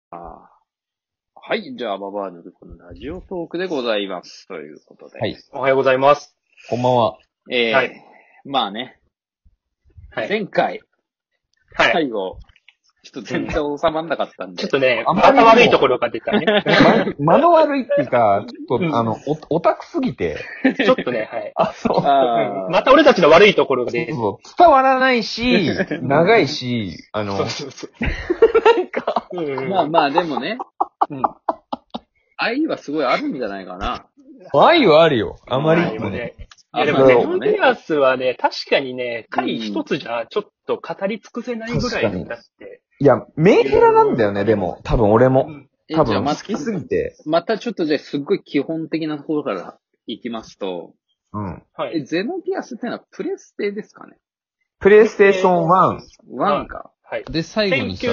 はい。じゃあ、ババアのこのラジオトークでございます。ということで。 はい。 おはようございます。 こんばんは。 はい。 まあね。 はい。 前回、 はい。 最後、ちょっと全然収まんなかったんで。 ちょっとね、 あんまりまた悪いところが出たね。 間の悪いっていうか、ちょっと、オタクすぎて。 ちょっとね、はい。 あ、そう。 また俺たちの悪いところが出て。 そう、伝わらないし、長いし、 そう。 なんか、 まあまあ、でもね。愛はすごいあるんじゃないかな。 愛はあるよ。あまりにもね。 いや、でもね、ゼノギアスはね、確かにね、回一つじゃちょっと語り尽くせないぐらいだって。 いや、メンヘラなんだよね、でも。多分俺も。多分、 好きすぎて。 またちょっとじゃあすっごい基本的なところからいきますと。 はい。 ゼノギアスってのはプレステですかね？ プレイステーション1。 1か。 はい。 で、最後にさ、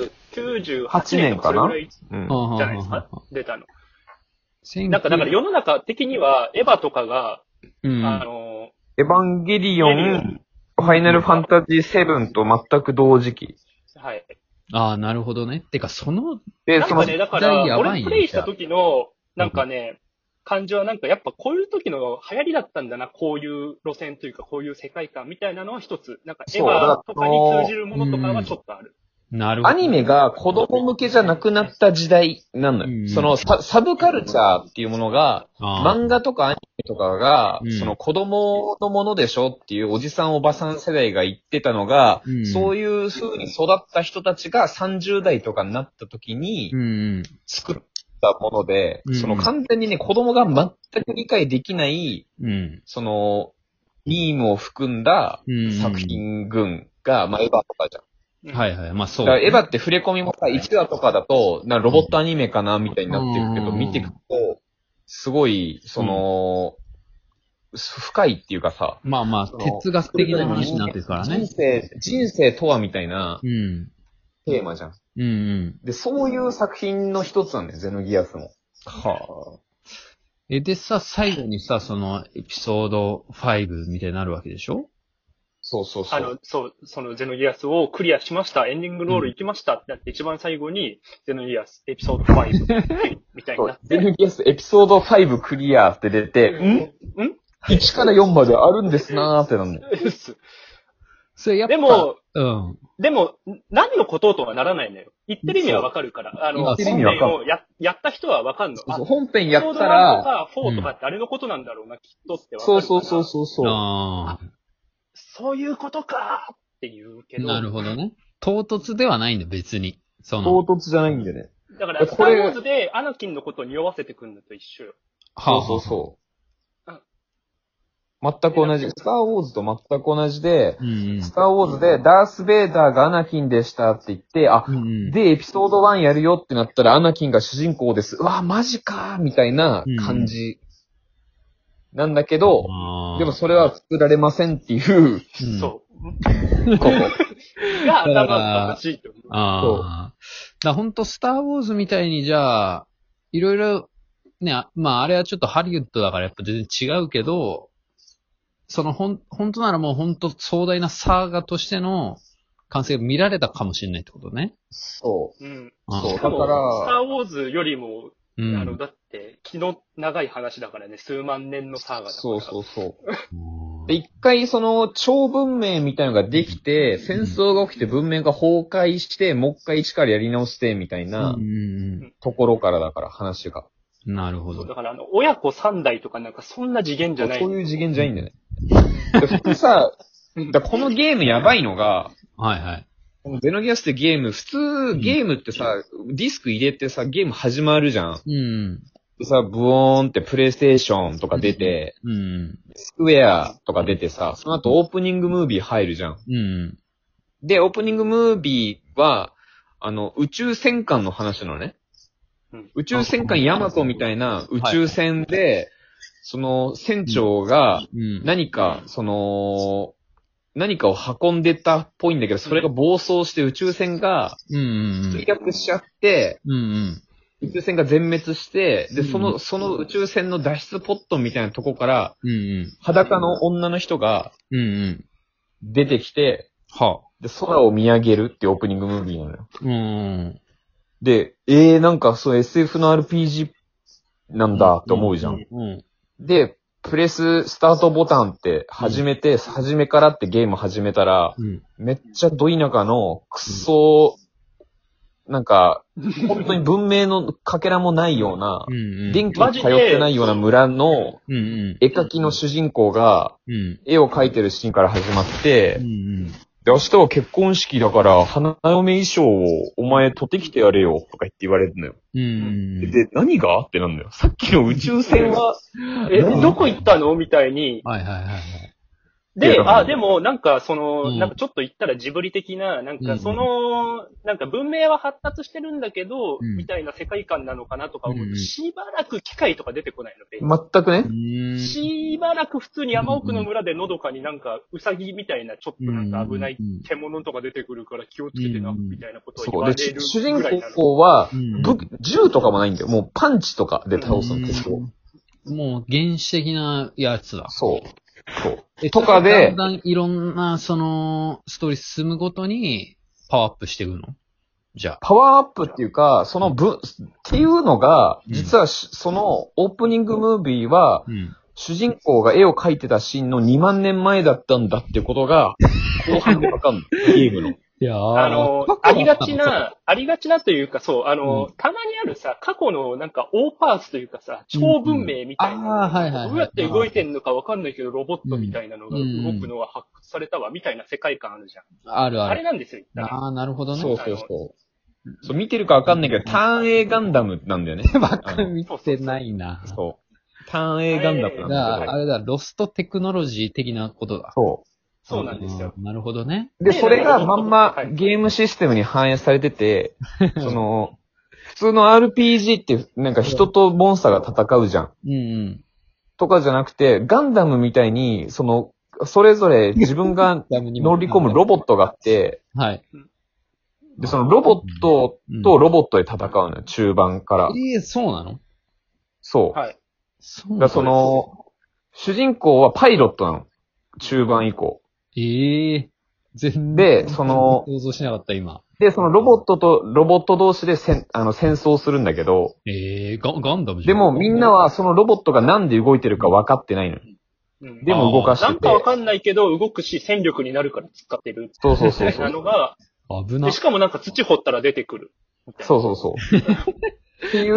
1998年かな？じゃないですか？出たの。なんか、だから世の中的には、エヴァとかが、 エヴァンゲリオン、ファイナルファンタジー7と全く同時期。 はい。 ああ、なるほどね。てか、 なんかね、だから、俺プレイした時の、なんかね、感じはなんかやっぱこういう時の流行りだったんだな、こういう路線というか、こういう世界観みたいなのは一つ。なんかエヴァとかに通じるものとかはちょっとある。 なるほど。 アニメが子供向けじゃなくなった時代なのよ。そのサブカルチャーっていうものが、漫画とかアニメとかが、その子供のものでしょっていうおじさんおばさん世代が言ってたのが、そういう風に育った人たちが30代とかになった時に、作ったもので、その完全にね、子供が全く理解できない、その、ミームを含んだ作品群が、まあ、エヴァとかじゃん。 はいはい。まあそう。 だからエヴァって触れ込みもさ、1話とかだと、ロボットアニメかなみたいになってるけど、見ていくと、すごい、その、深いっていうかさ。 まあまあ、哲学的な話になってるからね。 人生とはみたいな、テーマじゃん。で、そういう作品の一つなんだよ、ゼノギアスも。 はあ。でさ、最後にさ、その、エピソード5みたいになるわけでしょ？ そう。 そのゼノギアスをクリアしました。エンディングロール行きましたってなって一番最後に、ゼノギアスエピソード5みたいになって。 ゼノギアスエピソード5クリアって出て、1から4まであるんですなーってなんだよ。 それやっぱ、 でも、何のこととはならないのよ。言ってる意味はわかるから。本編をやった人はわかんの。 本編やったら、 エピソード1とか4とかってあれのことなんだろうな、きっとってわかるから。 そう。 そういうことかーって言うけど。 なるほどね。唐突ではないんだ、別に。 唐突じゃないんだよね。 だから、スターウォーズでアナキンのことを匂わせてくるのと一緒よ。 そう。全く同じ。スターウォーズと全く同じで、スターウォーズでダース・ベイダーがアナキンでしたって言って、で、エピソード1やるよってなったらアナキンが主人公です。うわ、マジかーみたいな感じ。なんだけど、でもそれは作られませんっていう。 そう。ここ。が頭がおかしいって思う。 だからほんとスターウォーズみたいにじゃあ、いろいろ、ね、まああれはちょっとハリウッドだからやっぱ全然違うけど、その本当ならもう本当壮大なサーガとしての完成が見られたかもしれないってことね。 そう。 そう。だから、スターウォーズよりも、だって、気の長い話だからね、数万年のサーガだから。 そう。で、一回その超文明みたいなのができて、戦争が起きて文明が崩壊して、もう一回一からやり直してみたいなところからだから話が。 なるほど。 だから親子3代とかなんかそんな次元じゃない。 そういう次元じゃないんだよね。普通さ、このゲームやばいのが、このゼノギアスってゲーム、普通ゲームってさ、ディスク入れてさ、ゲーム始まるじゃん。でさ、ブオーンってプレイステーションとか出て、スクエアとか出てさ、その後オープニングムービー入るじゃん。で、オープニングムービーは、宇宙戦艦の話なのね。宇宙戦艦ヤマトみたいな宇宙船で、その船長が何かを運んでたっぽいんだけど、それが暴走して宇宙船が墜落しちゃって、宇宙船が全滅して、で、その宇宙船の脱出ポットみたいなとこから、裸の女の人が出てきて、で、空を見上げるっていうオープニングムービーなのよ。 で、なんかそう SF の RPG なんだって思うじゃん。で、プレススタートボタンって始めて、初めからってゲーム始めたら、めっちゃど田舎のクソ、なんか、本当に文明のかけらもないような、電気に通ってないような村の絵描きの主人公が、絵を描いてるシーンから始まって、で、明日は結婚式だから、花嫁衣装をお前取ってきてやれよ、とか言って言われるのよ。で、何がってなんだよ。さっきの宇宙船は、 どこ行ったのみたいに。で、でも、なんか、なんかちょっと言ったらジブリ的な、なんかなんか文明は発達してるんだけど、みたいな世界観なのかなとか思うと、しばらく機械とか出てこないので。 全くね。 しばらく普通に山奥の村でのどかになんか、ウサギみたいなちょっとなんか危ない獣とか出てくるから気をつけてな、みたいなことを言われるぐらいなの。 主人公は、銃とかもないんだよ。もうパンチとかで倒すんですよ。 もう原始的なやつだ。 そう。とかで、 だんだんいろんな、ストーリー進むごとに、パワーアップしていくのじゃあ。 パワーアップっていうか、っていうのが、実はそのオープニングムービーは、主人公が絵を描いてたシーンの2万年前だったんだっていうことが、後半でわかんない。ゲームの。 いやありがちなというか、そう、たまにあるさ、過去のなんか大パーツというかさ、超文明みたいな、どうやって動いてんのかわかんないけど、ロボットみたいなのが動くのは発掘されたわ、みたいな世界観あるじゃん。 あるある。 あれなんですよ、 なるほどね。 そう、見てるかわかんないけど、ターン A ガンダムなんだよね。 見てないな。 そう。ターン A ガンダムなんだけど。 あれだ、ロストテクノロジー的なことだ。 そうなんですよ。 なるほどね。 で、それがまんまゲームシステムに反映されてて、普通の RPG ってなんか人とモンスターが戦うじゃん。とかじゃなくて、ガンダムみたいに、それぞれ自分が乗り込むロボットがあって、で、そのロボットとロボットで戦うのよ、中盤から。 そうなの？ そう。だ主人公はパイロットなの。中盤以降。 全然。 で、 想像しなかった、今。 で、そのロボットとロボット同士で戦争するんだけど。 ガンダムじゃん。 でもみんなはそのロボットがなんで動いてるか分かってないの。でも動かしてて。 なんか分かんないけど動くし戦力になるから使ってる。 そう。 なのが、 危ない。 しかもなんか土掘ったら出てくる。 そう。っていう。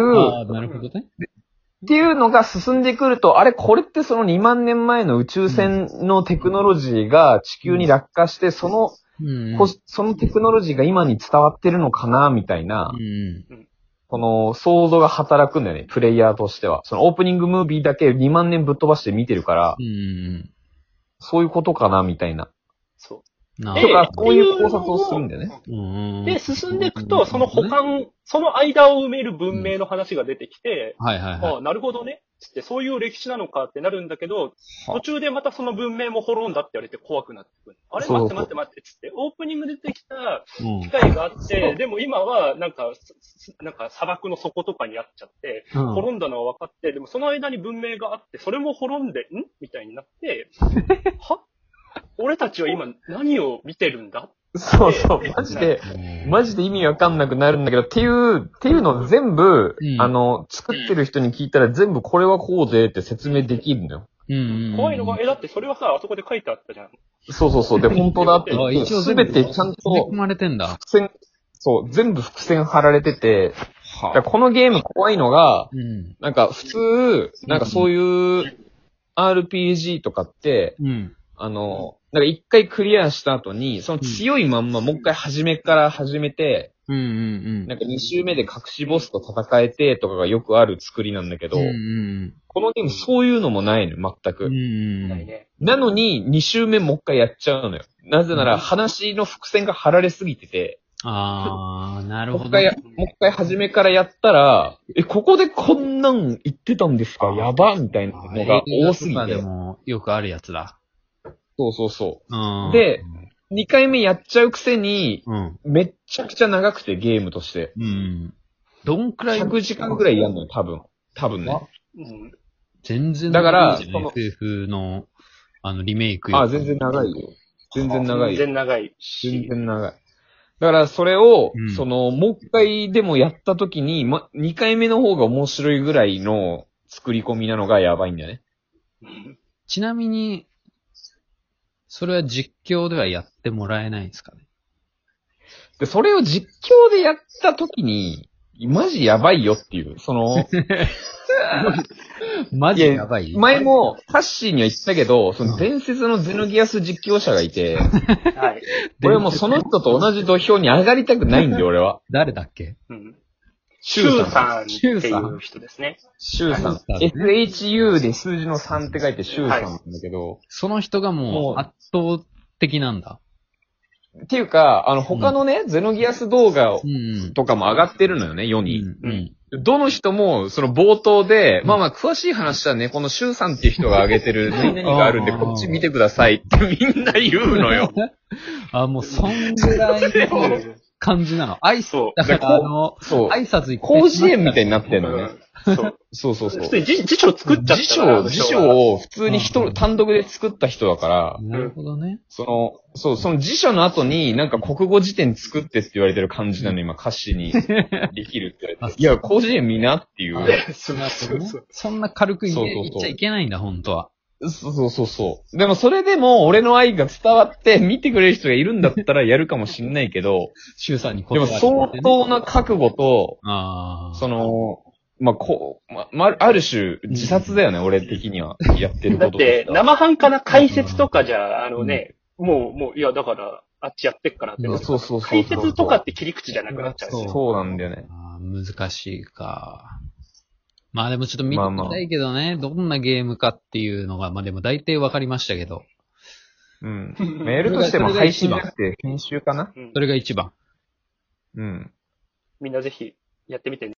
なるほどね。 っていうのが進んでくると、これってその2万年前の宇宙船のテクノロジーが地球に落下して、そのテクノロジーが今に伝わってるのかな、みたいな、この想像が働くんだよね、プレイヤーとしては。そのオープニングムービーだけ2万年ぶっ飛ばして見てるから、そういうことかな、みたいな。 そう。 とか、そういう考察をするんだよね。で、進んでいくと、その間を埋める文明の話が出てきて、なるほどね。つって、そういう歴史なのかってなるんだけど、途中でまたその文明も滅んだって言われて怖くなってくる。あれ待って、つって、オープニングで出てきた機械があって、でも今は、なんか砂漠の底とかにあっちゃって、滅んだのは分かって、でもその間に文明があって、それも滅んで、みたいになって、俺たちは今何を見てるんだ？ そう。マジで意味わかんなくなるんだけど、っていうの全部、作ってる人に聞いたら全部これはこうでって説明できるのよ。 怖いのが、だってそれはさ、あそこで書いてあったじゃん。 そう。で、本当だって。すべてちゃんと、 込まれてんだ。 全部伏線貼られてて、このゲーム怖いのが、なんか普通、なんかそういう RPG とかって、なんか一回クリアした後に、その強いまんまもう一回初めから始めて、なんか2周目で隠しボスと戦えてとかがよくある作りなんだけど、このゲームそういうのもないの、全く。なのに2周目もう一回やっちゃうのよ。なぜなら話の伏線が張られすぎてて、 なるほど。 もう一回初めからやったら、ここでこんなん言ってたんですかやばみたいなのが多すぎて。 でもよくあるやつだ。 そう。で、2回目やっちゃうくせに、めっちゃくちゃ長くてゲームとして。 どんくらい ?100 時間くらいやんのよ、多分ね。 全然だから、 FF の、リメイク全然長いよ。全然長い。 全然長い。 全然長い。 だからそれを、 うんもう一回でもやった時に、二回目の方が面白いぐらいの作り込みなのがやばいんだよね。 ちなみに、それは実況ではやってもらえないんですかね。 で、それを実況でやった時に、マジやばいよっていう、 マジやばい。 前も、タッシーには言ったけど、その伝説のゼノギアス実況者がいて、 はい。 俺はもうその人と同じ土俵に上がりたくないんだよ、俺は。 誰だっけ？ うん。 シシュウさんっていう人ですね。 シュウさん。 シュウさんね SHU で数字の3って書いてシュウさんなんだけど、 その人がもう圧倒的なんだ。 っていうか、他のね、ゼノギアス動画うん。 とかも上がってるのよね、世に。 うん。 どの人も、その冒頭で、まあまあ、詳しい話はね、このシュウさんっていう人が上げてる何々があるんで、こっち見てくださいってみんな言うのよ。 あ、もうそんぐらいの感じなの。 そう。 だからそう。 挨拶行って甲子園みたいになってんのね。 そう。 そう。 普通に辞書作っちゃったから。 辞書を普通に単独で作った人だから、 なるほどね。 その辞書の後になんか国語辞典作ってって言われてる感じなの、今歌詞にできるって言われて。いや、甲子園見なっていう。 そんな軽く言っちゃいけないんだ、本当は。 そう。でもそれでも俺の愛が伝わって見てくれる人がいるんだったらやるかもしんないけど、 周さんにでも相当な覚悟と、 あある種自殺だよね、俺的にはやってること。 だって、生半可な解説とかじゃ、もう、いや、だから、あっちやってっからって。 そう。 解説とかって切り口じゃなくなっちゃう。 そうなんだよね。 難しいか。まあでもちょっと見てみたいけどね、どんなゲームかっていうのが、まあでも大体わかりましたけど。 うん。メールとしても配信じゃなくて編集かな？ それが一番。 うん。 みんなぜひやってみてね。